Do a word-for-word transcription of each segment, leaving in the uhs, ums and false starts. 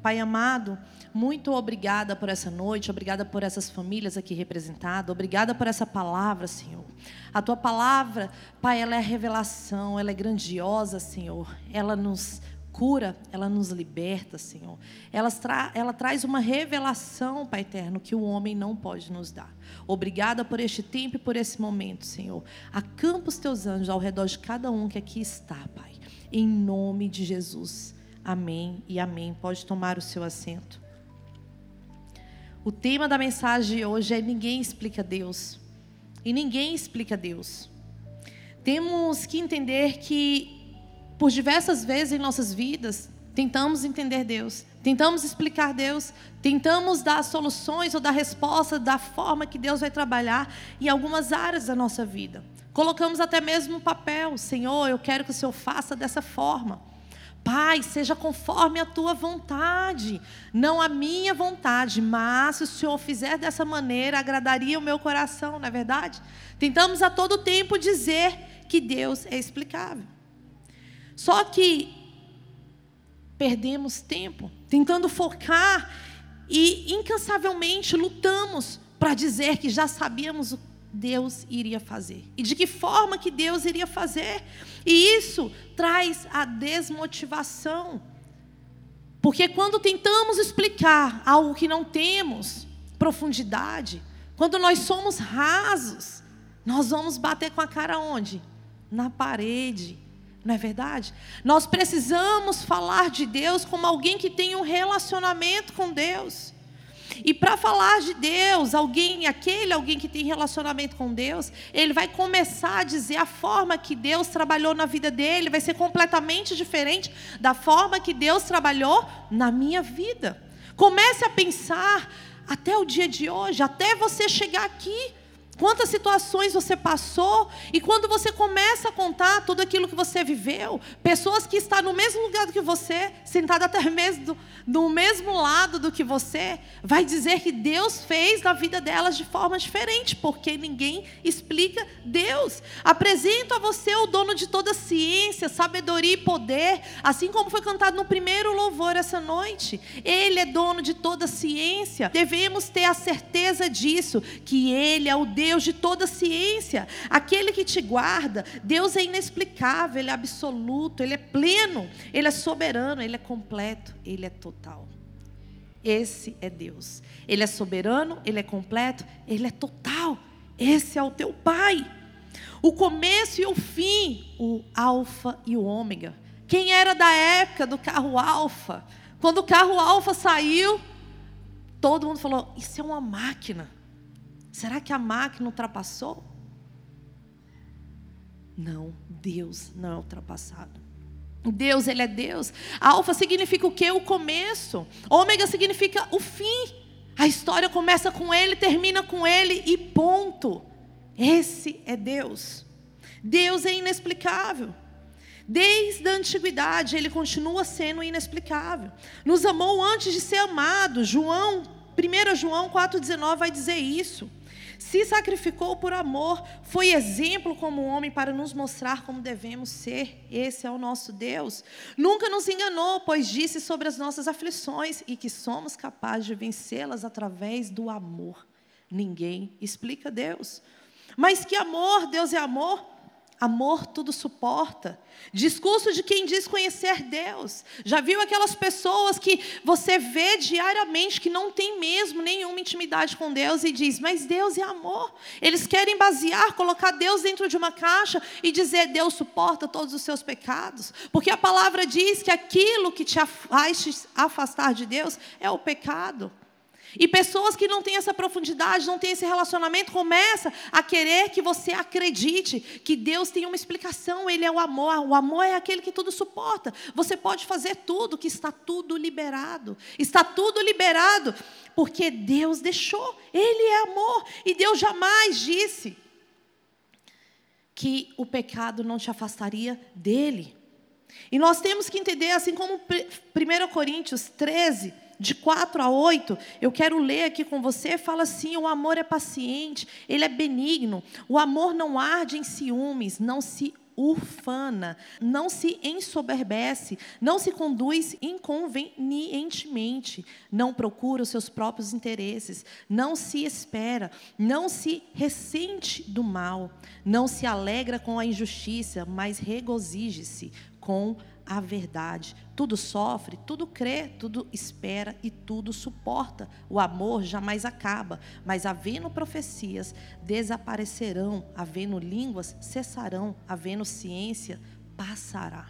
Pai amado, muito obrigada por essa noite, obrigada por essas famílias aqui representadas, obrigada por essa palavra, Senhor. A Tua palavra, Pai, ela é revelação, ela é grandiosa, Senhor. Ela nos cura, ela nos liberta, Senhor. Ela, tra ela traz uma revelação, Pai eterno, que o homem não pode nos dar. Obrigada por este tempo e por esse momento, Senhor. Acampa os Teus anjos ao redor de cada um que aqui está, Pai. Em nome de Jesus. Amém e amém. Pode tomar o seu assento. O tema da mensagem de hoje é ninguém explica Deus. E ninguém explica Deus. Temos que entender que, por diversas vezes em nossas vidas, tentamos entender Deus. Tentamos explicar Deus. Tentamos dar soluções ou dar resposta da forma que Deus vai trabalhar em algumas áreas da nossa vida. Colocamos até mesmo um papel. Senhor, eu quero que o Senhor faça dessa forma. Pai, seja conforme a Tua vontade, não a minha vontade, mas se o Senhor fizer dessa maneira, agradaria o meu coração, não é verdade? Tentamos a todo tempo dizer que Deus é explicável. Só que perdemos tempo tentando focar e incansavelmente lutamos para dizer que já sabíamos o que Deus iria fazer. E de que forma que Deus iria fazer. E isso traz a desmotivação. Porque quando tentamos explicar algo que não temos profundidade, quando nós somos rasos, nós vamos bater com a cara onde? Na parede. Não é verdade? Nós precisamos falar de Deus como alguém que tem um relacionamento com Deus. E para falar de Deus, alguém, aquele alguém que tem relacionamento com Deus, ele vai começar a dizer a forma que Deus trabalhou na vida dele, vai ser completamente diferente da forma que Deus trabalhou na minha vida. Comece a pensar até o dia de hoje, até você chegar aqui. Quantas situações você passou, e quando você começa a contar tudo aquilo que você viveu, pessoas que estão no mesmo lugar do que você, sentadas até mesmo do, do mesmo lado do que você, vai dizer que Deus fez na vida delas de forma diferente, porque ninguém explica Deus. Apresento a você o dono de toda ciência, sabedoria e poder, assim como foi cantado no primeiro louvor essa noite. Ele é dono de toda ciência, devemos ter a certeza disso, que Ele é o Deus Deus de toda ciência, aquele que te guarda. Deus é inexplicável, Ele é absoluto, Ele é pleno, Ele é soberano, Ele é completo, Ele é total. Esse é Deus. Ele é soberano, Ele é completo, Ele é total. Esse é o teu Pai. O começo e o fim, o alfa e o ômega. Quem era da época do carro alfa? Quando o carro alfa saiu, todo mundo falou, isso é uma máquina. Será que a máquina ultrapassou? Não, Deus não é ultrapassado. Deus, Ele é Deus. Alfa significa o quê? O começo. Ômega significa o fim. A história começa com Ele, termina com Ele e ponto. Esse é Deus. Deus é inexplicável. Desde a antiguidade, Ele continua sendo inexplicável. Nos amou antes de ser amado. João, primeiro João quatro, dezenove vai dizer isso. Se sacrificou por amor, foi exemplo como homem para nos mostrar como devemos ser. Esse é o nosso Deus. Nunca nos enganou, pois disse sobre as nossas aflições e que somos capazes de vencê-las através do amor. Ninguém explica Deus. Mas que amor? Deus é amor. Amor tudo suporta. Discurso de quem diz conhecer Deus. Já viu aquelas pessoas que você vê diariamente que não tem mesmo nenhuma intimidade com Deus e diz, mas Deus é amor. Eles querem basear, colocar Deus dentro de uma caixa e dizer, Deus suporta todos os seus pecados. Porque a palavra diz que aquilo que te faz afastar de Deus é o pecado. E pessoas que não têm essa profundidade, não têm esse relacionamento, começam a querer que você acredite que Deus tem uma explicação, Ele é o amor. O amor é aquele que tudo suporta. Você pode fazer tudo, que está tudo liberado. Está tudo liberado, porque Deus deixou. Ele é amor. E Deus jamais disse que o pecado não te afastaria dele. E nós temos que entender, assim como primeira Coríntios treze, de quatro a oito, eu quero ler aqui com você, fala assim, o amor é paciente, ele é benigno, o amor não arde em ciúmes, não se ufana, não se ensoberbece, não se conduz inconvenientemente, não procura os seus próprios interesses, não se espera, não se ressente do mal, não se alegra com a injustiça, mas regozije-se com a verdade. Tudo sofre, tudo crê, tudo espera e tudo suporta. O amor jamais acaba, mas havendo profecias, desaparecerão, havendo línguas, cessarão, havendo ciência, passará.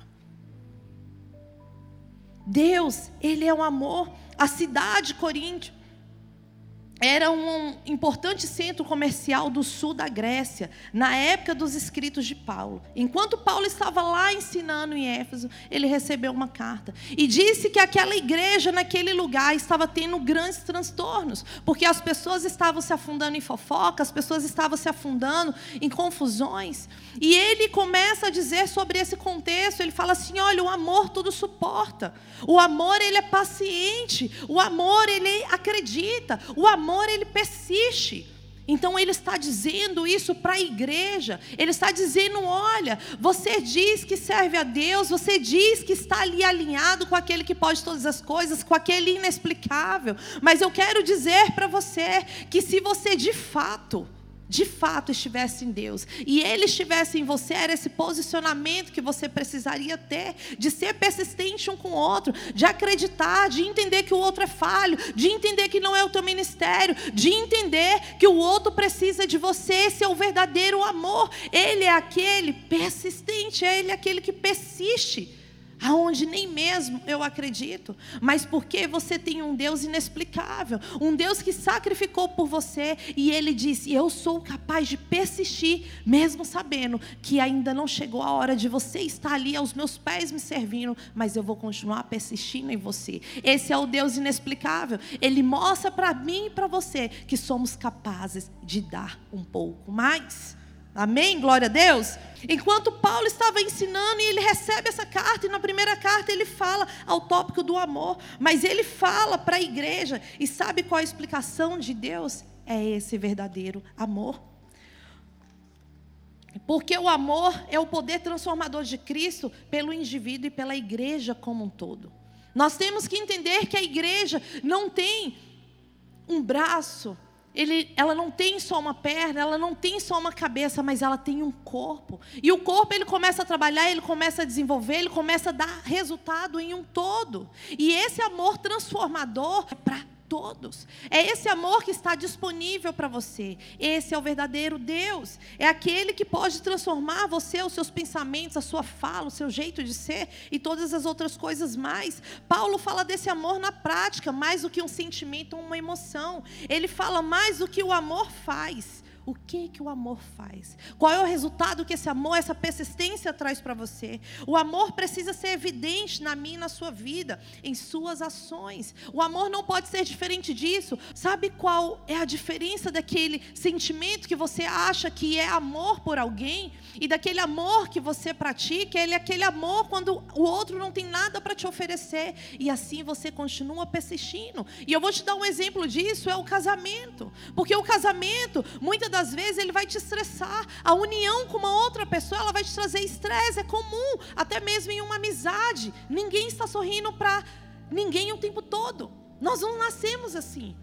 Deus, Ele é um amor. A cidade de Corinto era um importante centro comercial do sul da Grécia, na época dos escritos de Paulo. Enquanto Paulo estava lá ensinando em Éfeso, ele recebeu uma carta. E disse que aquela igreja, naquele lugar, estava tendo grandes transtornos. Porque as pessoas estavam se afundando em fofoca, as pessoas estavam se afundando em confusões. E ele começa a dizer sobre esse contexto, ele fala assim, olha, o amor tudo suporta. O amor, ele é paciente. O amor, ele acredita. O amor, ele persiste. Então ele está dizendo isso para a igreja. Ele está dizendo, olha, você diz que serve a Deus, você diz que está ali alinhado com aquele que pode todas as coisas, com aquele inexplicável, mas eu quero dizer para você que se você de fato de fato estivesse em Deus, e Ele estivesse em você, era esse posicionamento que você precisaria ter, de ser persistente um com o outro, de acreditar, de entender que o outro é falho, de entender que não é o teu ministério, de entender que o outro precisa de você. Esse é o verdadeiro amor. Ele é aquele persistente, Ele é aquele que persiste, aonde nem mesmo eu acredito, mas porque você tem um Deus inexplicável, um Deus que sacrificou por você, e Ele disse, eu sou capaz de persistir, mesmo sabendo que ainda não chegou a hora de você estar ali aos meus pés me servindo, mas eu vou continuar persistindo em você. Esse é o Deus inexplicável. Ele mostra para mim e para você que somos capazes de dar um pouco mais. Amém? Glória a Deus. Enquanto Paulo estava ensinando, e ele recebe essa carta, e na primeira carta ele fala ao tópico do amor, mas ele fala para a igreja, e sabe qual a explicação de Deus? É esse verdadeiro amor. Porque o amor é o poder transformador de Cristo pelo indivíduo e pela igreja como um todo. Nós temos que entender que a igreja não tem um braço, Ele, ela não tem só uma perna, ela não tem só uma cabeça, mas ela tem um corpo. E o corpo, ele começa a trabalhar, ele começa a desenvolver, ele começa a dar resultado em um todo. E esse amor transformador é para todos. É esse amor que está disponível para você. Esse é o verdadeiro Deus. É aquele que pode transformar você, os seus pensamentos, a sua fala, o seu jeito de ser e todas as outras coisas mais. Paulo fala desse amor na prática, mais do que um sentimento ou uma emoção. Ele fala mais do que o amor faz. O que que o amor faz? Qual é o resultado que esse amor, essa persistência traz para você? O amor precisa ser evidente na minha e na sua vida, em suas ações. O amor não pode ser diferente disso. Sabe qual é a diferença daquele sentimento que você acha que é amor por alguém e daquele amor que você pratica? Ele é aquele amor quando o outro não tem nada para te oferecer e assim você continua persistindo. E eu vou te dar um exemplo disso, é o casamento. Porque o casamento, muitas das vezes ele vai te estressar. A união com uma outra pessoa, ela vai te trazer estresse, é comum, até mesmo em uma amizade. Ninguém está sorrindo para ninguém o tempo todo. Nós não nascemos assim.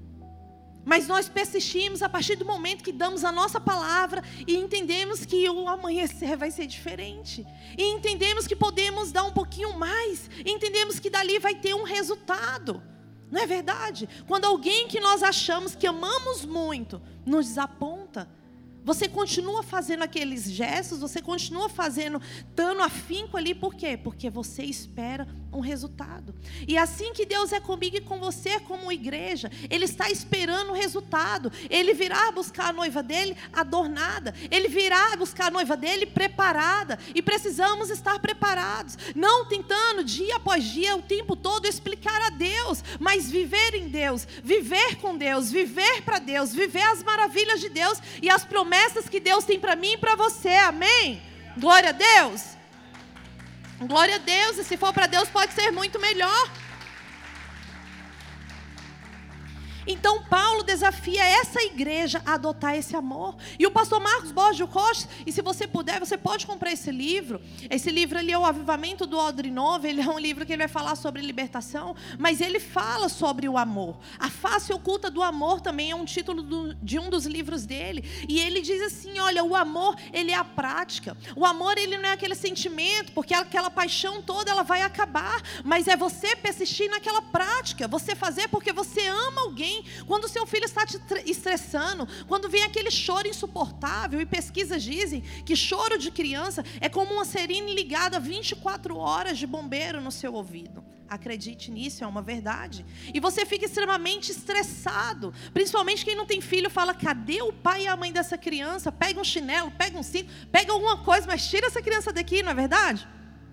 Mas nós persistimos a partir do momento que damos a nossa palavra e entendemos que o amanhecer vai ser diferente. E entendemos que podemos dar um pouquinho mais. E entendemos que dali vai ter um resultado. Não é verdade? Quando alguém que nós achamos que amamos muito nos desaponta, você continua fazendo aqueles gestos, você continua fazendo, dando afinco ali, por quê? Porque você espera um resultado. E assim que Deus é comigo e com você como igreja, Ele está esperando o resultado. Ele virá buscar a noiva dele adornada, Ele virá buscar a noiva dele preparada, e precisamos estar preparados, não tentando dia após dia, o tempo todo explicar a Deus, mas viver em Deus, viver com Deus, viver para Deus, viver as maravilhas de Deus e as promessas que Deus tem para mim e para você, amém? Glória a Deus. Glória a Deus, e se for para Deus pode ser muito melhor. Então Paulo desafia essa igreja a adotar esse amor. E o pastor Marcos Borges Costa, e se você puder, você pode comprar esse livro. Esse livro ali é o Avivamento do Odre Novo. Ele é um livro que ele vai falar sobre libertação, mas ele fala sobre o amor. A face oculta do amor também é um título do, de um dos livros dele. E ele diz assim, olha, o amor, ele é a prática. O amor, ele não é aquele sentimento, porque aquela paixão toda, ela vai acabar. Mas é você persistir naquela prática, você fazer porque você ama alguém. Quando o seu filho está te estressando, quando vem aquele choro insuportável, e pesquisas dizem que choro de criança é como uma sirene ligada vinte e quatro horas de bombeiro no seu ouvido. Acredite nisso, é uma verdade. E você fica extremamente estressado. Principalmente quem não tem filho fala, cadê o pai e a mãe dessa criança? Pega um chinelo, pega um cinto, pega alguma coisa, mas tira essa criança daqui, não é verdade?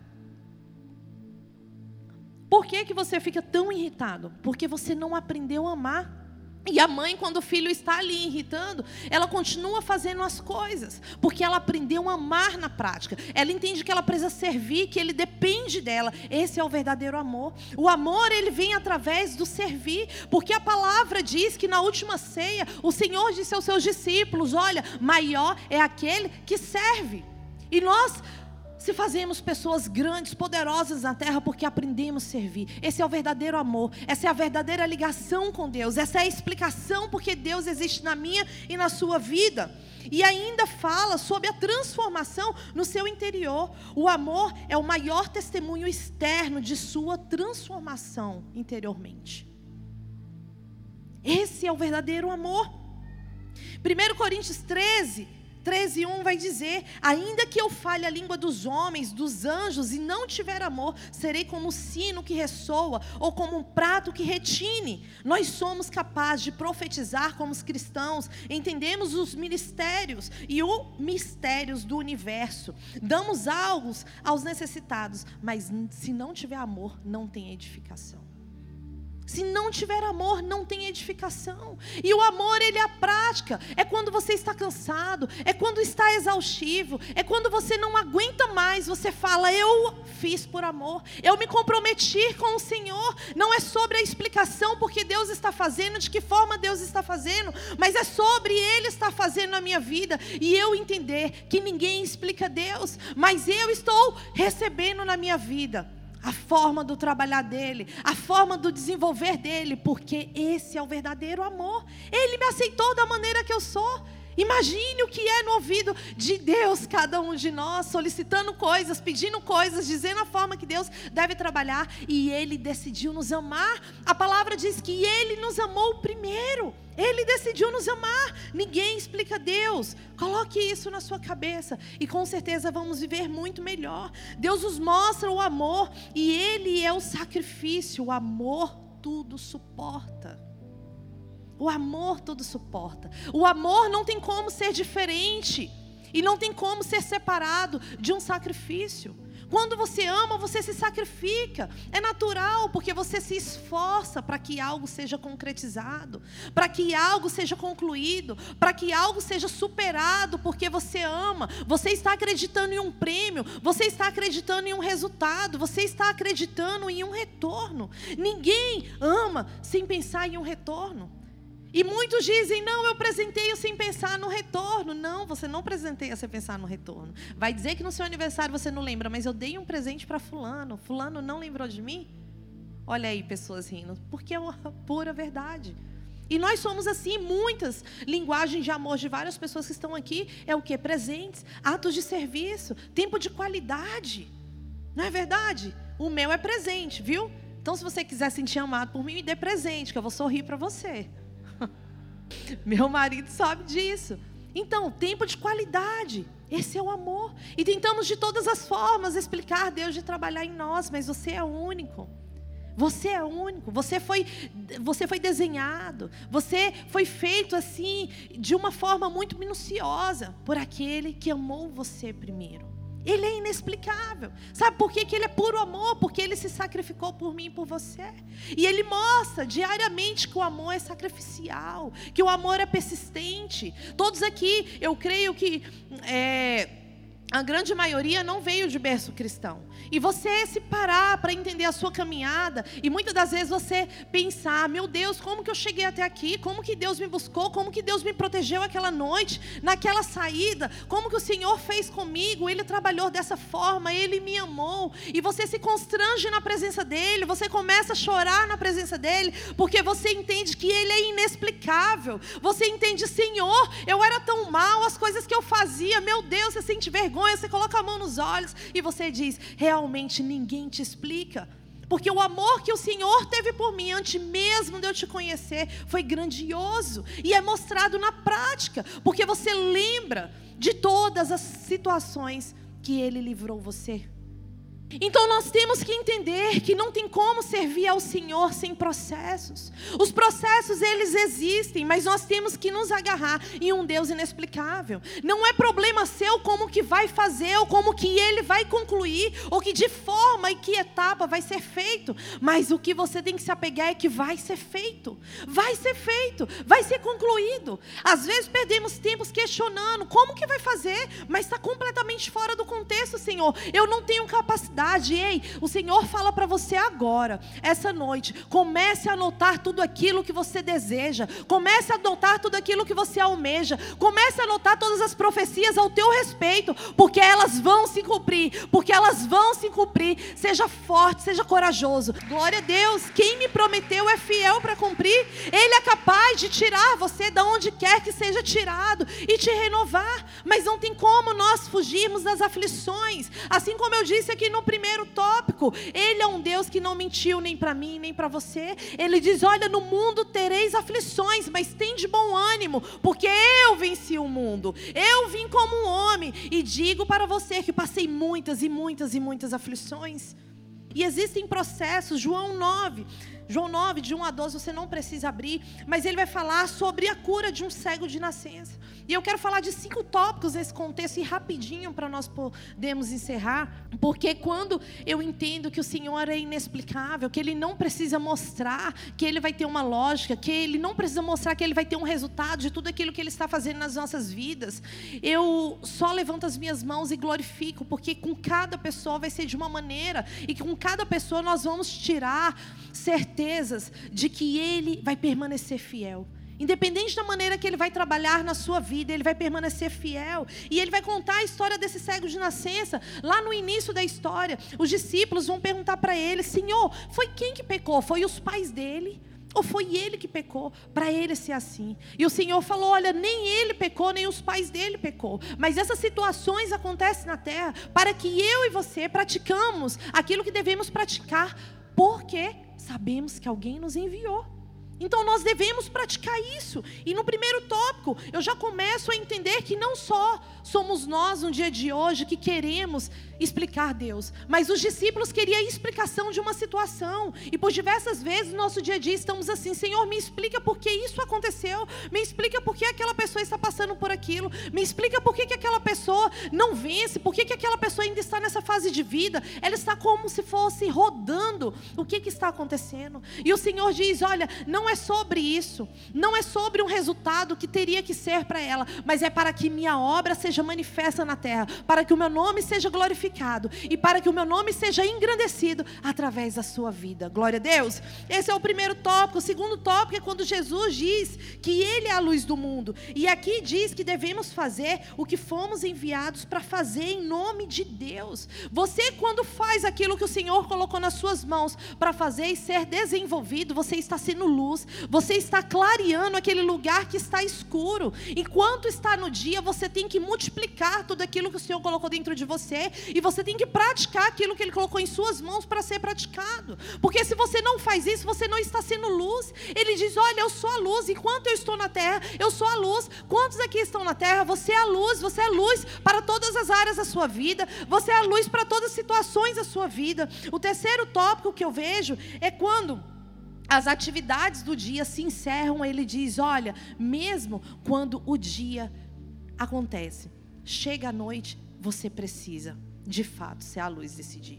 Por que que você fica tão irritado? Porque você não aprendeu a amar. E a mãe, quando o filho está ali irritando, ela continua fazendo as coisas, porque ela aprendeu a amar na prática. Ela entende que ela precisa servir, que ele depende dela. Esse é o verdadeiro amor. O amor, ele vem através do servir, porque a palavra diz que na última ceia, o Senhor disse aos seus discípulos, olha, maior é aquele que serve. E nós se fazemos pessoas grandes, poderosas na terra, porque aprendemos a servir. Esse é o verdadeiro amor. Essa é a verdadeira ligação com Deus. Essa é a explicação porque Deus existe na minha e na sua vida. E ainda fala sobre a transformação no seu interior. O amor é o maior testemunho externo de sua transformação interiormente. Esse é o verdadeiro amor. primeiro Coríntios treze, treze e um vai dizer, ainda que eu fale a língua dos homens, dos anjos, e não tiver amor, serei como um sino que ressoa, ou como um prato que retine. Nós somos capazes de profetizar como os cristãos, entendemos os ministérios e os mistérios do universo, damos algo aos necessitados, mas se não tiver amor, não tem edificação. Se não tiver amor, não tem edificação. E o amor, ele é a prática. É quando você está cansado, é quando está exaustivo, é quando você não aguenta mais. Você fala, eu fiz por amor, eu me comprometi com o Senhor. Não é sobre a explicação porque Deus está fazendo, de que forma Deus está fazendo, mas é sobre Ele estar fazendo na minha vida. E eu entender que ninguém explica Deus, mas eu estou recebendo na minha vida a forma do trabalhar dele, a forma do desenvolver dele, porque esse é o verdadeiro amor. Ele me aceitou da maneira que eu sou. Imagine o que é no ouvido de Deus, cada um de nós, solicitando coisas, pedindo coisas, dizendo a forma que Deus deve trabalhar, e Ele decidiu nos amar. A palavra diz que Ele nos amou primeiro. Ele decidiu nos amar. Ninguém explica Deus. Coloque isso na sua cabeça e com certeza vamos viver muito melhor. Deus nos mostra o amor e Ele é o sacrifício. O amor tudo suporta. O amor tudo suporta. O amor não tem como ser diferente e não tem como ser separado de um sacrifício. Quando você ama, você se sacrifica. É natural, porque você se esforça para que algo seja concretizado, para que algo seja concluído, para que algo seja superado, porque você ama. Você está acreditando em um prêmio, você está acreditando em um resultado, você está acreditando em um retorno. Ninguém ama sem pensar em um retorno. E muitos dizem, não, eu presenteio sem pensar no retorno. Não, você não presenteia sem pensar no retorno. Vai dizer que no seu aniversário você não lembra, mas eu dei um presente para fulano. Fulano não lembrou de mim? Olha aí, pessoas rindo, porque é uma pura verdade. E nós somos assim, muitas linguagens de amor de várias pessoas que estão aqui. É o quê? Presentes, atos de serviço, tempo de qualidade. Não é verdade? O meu é presente, viu? Então se você quiser sentir amado por mim, me dê presente, que eu vou sorrir para você. Meu marido sabe disso. Então, tempo de qualidade, esse é o amor. E tentamos de todas as formas explicar Deus de trabalhar em nós, mas você é único. Você é único, você foi, você foi desenhado, você foi feito assim, de uma forma muito minuciosa, por aquele que amou você primeiro. Ele é inexplicável. Sabe por que que Ele é puro amor? Porque Ele se sacrificou por mim e por você. E Ele mostra diariamente que o amor é sacrificial, que o amor é persistente. Todos aqui, eu creio que é, a grande maioria não veio de berço cristão. E você se parar para entender a sua caminhada, e muitas das vezes você pensar, meu Deus, como que eu cheguei até aqui? Como que Deus me buscou? Como que Deus me protegeu aquela noite, naquela saída? Como que o Senhor fez comigo? Ele trabalhou dessa forma, Ele me amou. E você se constrange na presença dEle, você começa a chorar na presença dEle, porque você entende que Ele é inexplicável. Você entende, Senhor, eu era tão mal, as coisas que eu fazia, meu Deus, você sente vergonha. Você coloca a mão nos olhos e você diz, realmente ninguém te explica. Porque o amor que o Senhor teve por mim, antes mesmo de eu te conhecer, foi grandioso. E é mostrado na prática, porque você lembra de todas as situações que Ele livrou você. Então nós temos que entender que não tem como servir ao Senhor sem processos. Os processos, eles existem, mas nós temos que nos agarrar em um Deus inexplicável. Não é problema seu como que vai fazer, ou como que Ele vai concluir, ou que de forma e que etapa vai ser feito. Mas o que você tem que se apegar é que vai ser feito. Vai ser feito, vai ser concluído. Às vezes perdemos tempos questionando, como que vai fazer? Mas está completamente fora do contexto, Senhor. Eu não tenho capacidade. Ei, o Senhor fala para você agora, essa noite, comece a anotar tudo aquilo que você deseja, comece a anotar tudo aquilo que você almeja, comece a anotar todas as profecias ao teu respeito, porque elas vão se cumprir, porque elas vão se cumprir. Seja forte, seja corajoso. Glória a Deus, quem me prometeu é fiel para cumprir. Ele é capaz de tirar você de onde quer que seja tirado e te renovar, mas não tem como nós fugirmos das aflições. Assim como eu disse aqui no primeiro tópico, Ele é um Deus que não mentiu nem para mim, nem para você. Ele diz, olha, no mundo tereis aflições, mas tem de bom ânimo, porque eu venci o mundo. Eu vim como um homem, e digo para você que passei muitas e muitas e muitas aflições. E existem processos. João nove, João nove, de um a doze, você não precisa abrir, mas ele vai falar sobre a cura de um cego de nascença. E eu quero falar de cinco tópicos nesse contexto, e rapidinho para nós podermos encerrar, porque quando eu entendo que o Senhor é inexplicável, que Ele não precisa mostrar que Ele vai ter uma lógica, que Ele não precisa mostrar que Ele vai ter um resultado de tudo aquilo que Ele está fazendo nas nossas vidas, eu só levanto as minhas mãos e glorifico, porque com cada pessoa vai ser de uma maneira, e com cada pessoa nós vamos tirar certezas de que Ele vai permanecer fiel. Independente da maneira que Ele vai trabalhar na sua vida, Ele vai permanecer fiel. E Ele vai contar a história desse cego de nascença. Lá no início da história, os discípulos vão perguntar para Ele, Senhor, foi quem que pecou? Foi os pais dele? Ou foi ele que pecou para ele ser assim? E o Senhor falou, olha, nem ele pecou, nem os pais dele pecou. Mas essas situações acontecem na terra para que eu e você praticamos aquilo que devemos praticar, porque sabemos que alguém nos enviou. Então nós devemos praticar isso. E no primeiro tópico, eu já começo a entender que não só somos nós no dia de hoje que queremos explicar Deus, mas os discípulos queriam a explicação de uma situação. E por diversas vezes no nosso dia a dia estamos assim, Senhor, me explica por que isso aconteceu, me explica por que aquela pessoa está passando por aquilo, me explica por que, que aquela pessoa não vence, por que, que aquela pessoa ainda está nessa fase de vida, ela está como se fosse rodando, o que, que está acontecendo? E o Senhor diz, olha, não é sobre isso, não é sobre um resultado que teria que ser para ela, mas é para que minha obra seja manifesta na terra, para que o meu nome seja glorificado e para que o meu nome seja engrandecido através da sua vida. Glória a Deus. Esse é o primeiro tópico. O segundo tópico é quando Jesus diz que Ele é a luz do mundo, e aqui diz que devemos fazer o que fomos enviados para fazer em nome de Deus. Você, quando faz aquilo que o Senhor colocou nas suas mãos para fazer e ser desenvolvido, você está sendo luz, você está clareando aquele lugar que está escuro. Enquanto está no dia, você tem que multiplicar tudo aquilo que o Senhor colocou dentro de você, e você tem que praticar aquilo que Ele colocou em suas mãos para ser praticado. Porque se você não faz isso, você não está sendo luz. Ele diz, olha, eu sou a luz, enquanto eu estou na terra, eu sou a luz. Quantos aqui estão na terra? Você é a luz, você é a luz para todas as áreas da sua vida, você é a luz para todas as situações da sua vida. O terceiro tópico que eu vejo é quando as atividades do dia se encerram. Ele diz, olha, mesmo quando o dia acontece, chega a noite, você precisa de fato ser a luz desse dia.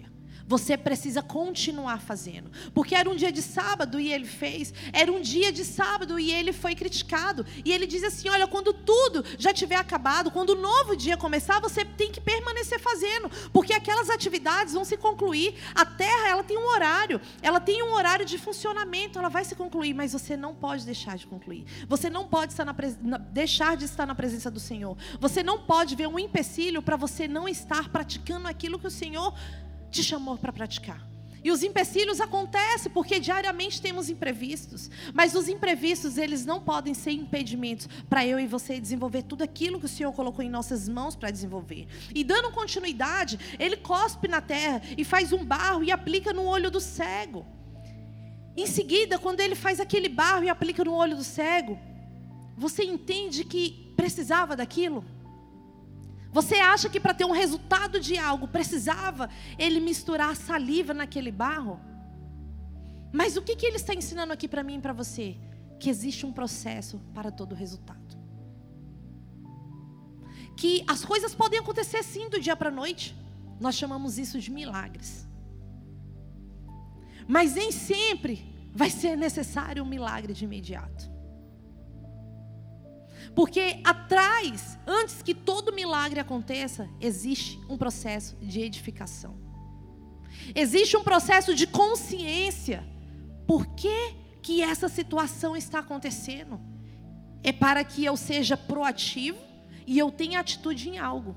Você precisa continuar fazendo. Porque era um dia de sábado e ele fez. Era um dia de sábado e ele foi criticado. E ele diz assim, olha, quando tudo já tiver acabado, quando o novo dia começar, você tem que permanecer fazendo. Porque aquelas atividades vão se concluir. A terra, ela tem um horário. Ela tem um horário de funcionamento. Ela vai se concluir, mas você não pode deixar de concluir. Você não pode estar na pres... deixar de estar na presença do Senhor. Você não pode ver um empecilho para você não estar praticando aquilo que o Senhor te chamou para praticar. E os empecilhos acontecem porque diariamente temos imprevistos, mas os imprevistos, eles não podem ser impedimentos para eu e você desenvolver tudo aquilo que o Senhor colocou em nossas mãos para desenvolver. E dando continuidade, ele cospe na terra e faz um barro e aplica no olho do cego. Em seguida, quando ele faz aquele barro e aplica no olho do cego, você entende que precisava daquilo? Você acha que para ter um resultado de algo, precisava ele misturar saliva naquele barro? Mas o que, que ele está ensinando aqui para mim e para você? Que existe um processo para todo resultado. Que as coisas podem acontecer sim do dia para a noite. Nós chamamos isso de milagres. Mas nem sempre vai ser necessário um milagre de imediato. Porque atrás, antes que todo milagre aconteça, existe um processo de edificação. Existe um processo de consciência. Por que que essa situação está acontecendo? É para que eu seja proativo e eu tenha atitude em algo.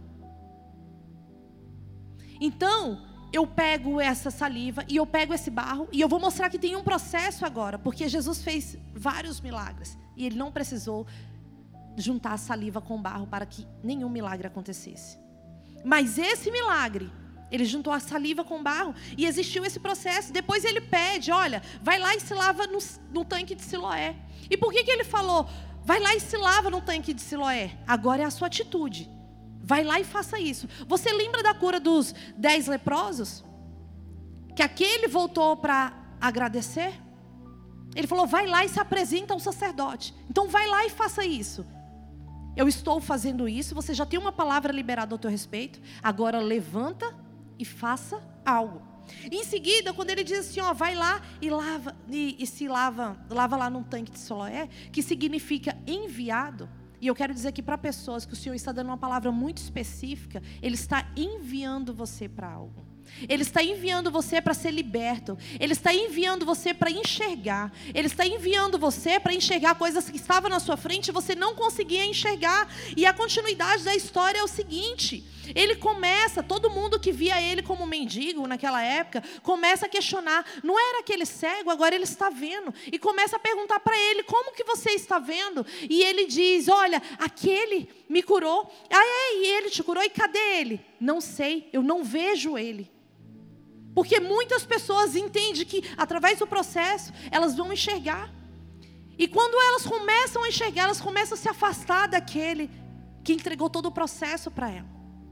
Então, eu pego essa saliva e eu pego esse barro e eu vou mostrar que tem um processo agora. Porque Jesus fez vários milagres e ele não precisou juntar a saliva com barro para que nenhum milagre acontecesse. Mas esse milagre, ele juntou a saliva com barro e existiu esse processo. Depois ele pede, olha, vai lá e se lava no, no tanque de Siloé. E por que que ele falou, vai lá e se lava no tanque de Siloé? Agora é a sua atitude. Vai lá e faça isso. Você lembra da cura dos dez leprosos? Que aquele voltou para agradecer? Ele falou, vai lá e se apresenta ao sacerdote. Então vai lá e faça isso. Eu estou fazendo isso, você já tem uma palavra liberada ao teu respeito. Agora levanta e faça algo. Em seguida, quando ele diz assim, ó, vai lá e lava e, e se lava, lava lá num tanque de Siloé, que significa enviado. E eu quero dizer aqui para pessoas que o Senhor está dando uma palavra muito específica. Ele está enviando você para algo. Ele está enviando você para ser liberto. Ele está enviando você para enxergar. Ele está enviando você para enxergar coisas que estavam na sua frente e você não conseguia enxergar. E a continuidade da história é o seguinte. Ele começa, todo mundo que via ele como mendigo naquela época, começa a questionar. Não era aquele cego, agora ele está vendo. E começa a perguntar para ele, como que você está vendo? E ele diz, olha, aquele me curou. Ah, é, e ele te curou, e cadê ele? Não sei, eu não vejo ele. Porque muitas pessoas entendem que através do processo elas vão enxergar. E quando elas começam a enxergar, elas começam a se afastar daquele que entregou todo o processo para ela.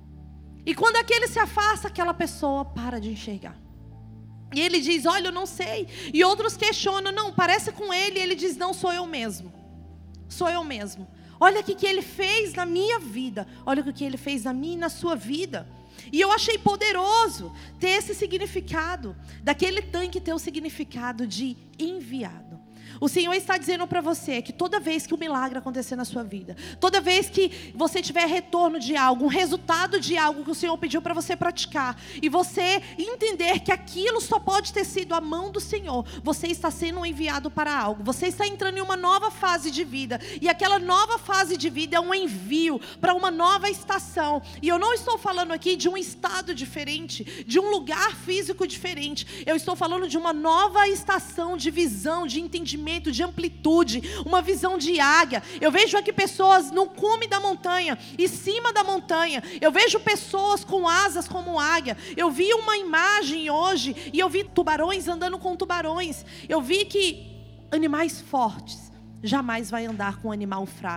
E quando aquele se afasta, aquela pessoa para de enxergar. E ele diz, olha, eu não sei. E outros questionam, não, parece com ele. E ele diz, não, sou eu mesmo. Sou eu mesmo. Olha o que ele fez na minha vida. Olha o que ele fez na minha e na sua vida. E eu achei poderoso ter esse significado, daquele tanque ter o significado de enviado. O Senhor está dizendo para você que toda vez que um milagre acontecer na sua vida, toda vez que você tiver retorno de algo, um resultado de algo que o Senhor pediu para você praticar, e você entender que aquilo só pode ter sido a mão do Senhor, você está sendo enviado para algo, você está entrando em uma nova fase de vida, e aquela nova fase de vida é um envio para uma nova estação. E eu não estou falando aqui de um estado diferente, de um lugar físico diferente, eu estou falando de uma nova estação de visão, de entendimento, de amplitude, uma visão de águia. Eu vejo aqui pessoas no cume da montanha, em cima da montanha. Eu vejo pessoas com asas como águia. Eu vi uma imagem hoje e eu vi tubarões andando com tubarões. Eu vi que animais fortes jamais vai andar com um animal fraco,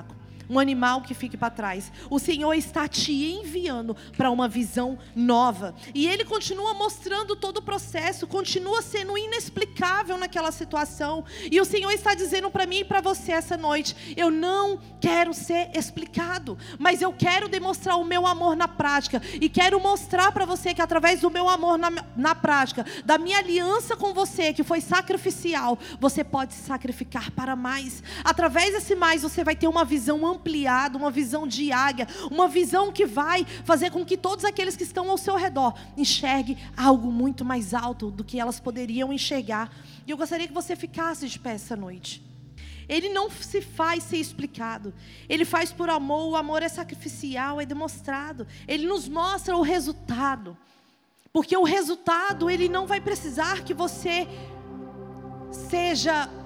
um animal que fique para trás. O Senhor está te enviando para uma visão nova. E Ele continua mostrando todo o processo, continua sendo inexplicável naquela situação. E o Senhor está dizendo para mim e para você essa noite: eu não quero ser explicado, mas eu quero demonstrar o meu amor na prática. E quero mostrar para você que através do meu amor na, na prática, da minha aliança com você, que foi sacrificial, você pode se sacrificar para mais. Através desse mais, você vai ter uma visão ampliada, uma visão de águia, uma visão que vai fazer com que todos aqueles que estão ao seu redor enxerguem algo muito mais alto do que elas poderiam enxergar. E eu gostaria que você ficasse de pé essa noite. Ele não se faz ser explicado. Ele faz por amor. O amor é sacrificial, é demonstrado. Ele nos mostra o resultado. Porque o resultado, ele não vai precisar que você seja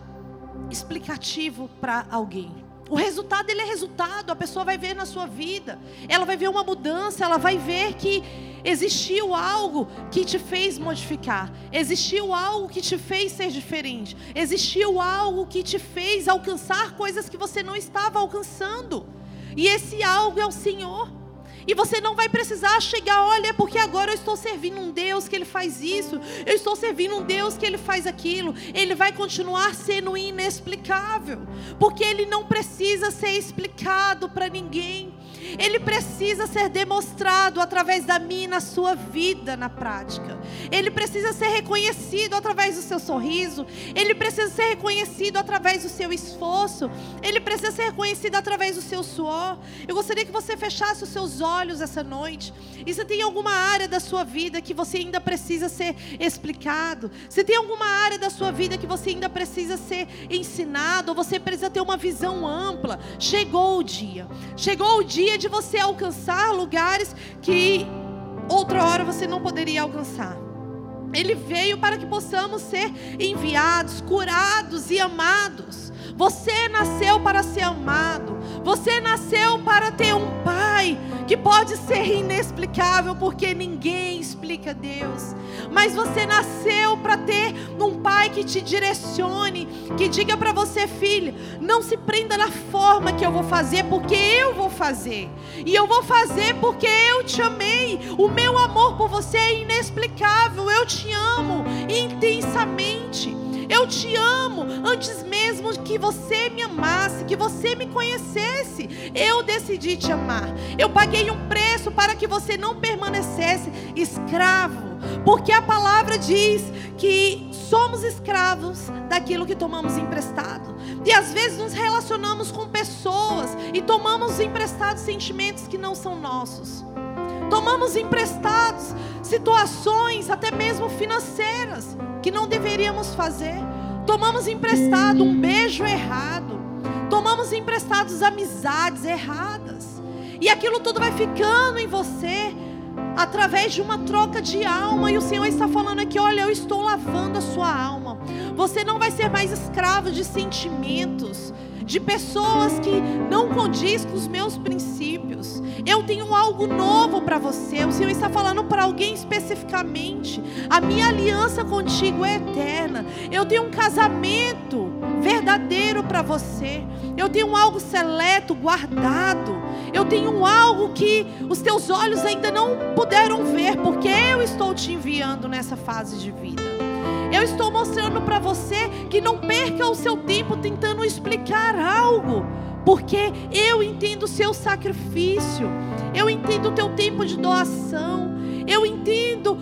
explicativo para alguém. O resultado, ele é resultado. A pessoa vai ver na sua vida. Ela vai ver uma mudança. Ela vai ver que existiu algo que te fez modificar. Existiu algo que te fez ser diferente. Existiu algo que te fez alcançar coisas que você não estava alcançando. E esse algo é o Senhor. E você não vai precisar chegar, olha, porque agora eu estou servindo um Deus que Ele faz isso, eu estou servindo um Deus que Ele faz aquilo. Ele vai continuar sendo inexplicável, porque Ele não precisa ser explicado para ninguém. Ele precisa ser demonstrado através da minha e na sua vida na prática. Ele precisa ser reconhecido através do seu sorriso. Ele precisa ser reconhecido através do seu esforço. Ele precisa ser reconhecido através do seu suor. Eu gostaria que você fechasse os seus olhos essa noite. E se tem alguma área da sua vida que você ainda precisa ser explicado, se tem alguma área da sua vida que você ainda precisa ser ensinado, ou você precisa ter uma visão ampla, chegou o dia. Chegou o dia de você alcançar lugares que outra hora você não poderia alcançar. Ele veio para que possamos ser enviados, curados e amados. Você nasceu para ser amado. Você nasceu para ter um pai que pode ser inexplicável, porque ninguém explica Deus. Mas você nasceu para ter um pai que te direcione, que diga para você: filho, não se prenda na forma que eu vou fazer, porque eu vou fazer. E eu vou fazer porque eu te amei. O meu amor por você é inexplicável. Eu te amo intensamente. Eu te amo antes mesmo que você me amasse, que você me conhecesse. Eu decidi te amar. Eu paguei um preço para que você não permanecesse escravo, porque a palavra diz que somos escravos daquilo que tomamos emprestado. E às vezes nos relacionamos com pessoas e tomamos emprestados sentimentos que não são nossos. Tomamos emprestados situações, até mesmo financeiras, que não deveríamos fazer. Tomamos emprestado um beijo errado. Tomamos emprestados amizades erradas. E aquilo tudo vai ficando em você através de uma troca de alma. E o Senhor está falando aqui: olha, eu estou lavando a sua alma. Você não vai ser mais escravo de sentimentos, de pessoas que não condiz com os meus princípios. Eu tenho algo novo para você. O Senhor está falando para alguém especificamente: a minha aliança contigo é eterna. Eu tenho um casamento verdadeiro para você. Eu tenho algo seleto, guardado. Eu tenho algo que os teus olhos ainda não puderam ver, porque eu estou te enviando nessa fase de vida. Eu estou mostrando para você que não perca o seu tempo tentando explicar algo, porque eu entendo o seu sacrifício, eu entendo o teu tempo de doação, eu entendo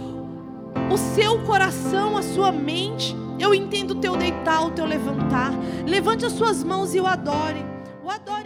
o seu coração, a sua mente, eu entendo o teu deitar, o teu levantar. Levante as suas mãos e o adore. O adore.